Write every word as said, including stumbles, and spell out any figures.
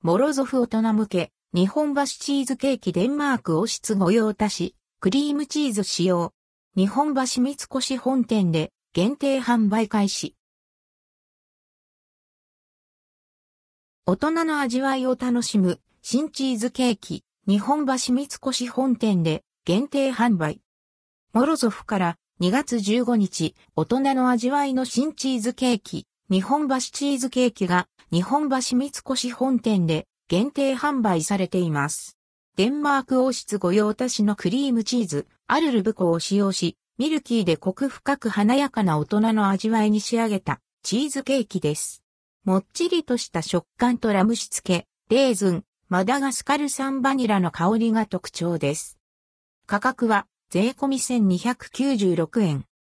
モロゾフ大人向け、日本橋チーズケーキデンマーク王室御用達、クリームチーズ使用。日本橋三越本店で限定販売開始。大人の味わいを楽しむ新チーズケーキ、日本橋三越本店で限定販売。モロゾフからにがつじゅうごにち、大人の味わいの新チーズケーキ、日本橋チーズケーキが日本橋三越本店で限定販売されています。デンマーク王室御用達のクリームチーズ、アルルブコを使用し、ミルキーでコク深く華やかな大人の味わいに仕上げたチーズケーキです。もっちりとした食感とラム酒漬け、レーズン、マダガスカル産バニラの香りが特徴です。価格は税込みせんにひゃくきゅうじゅうろくえん。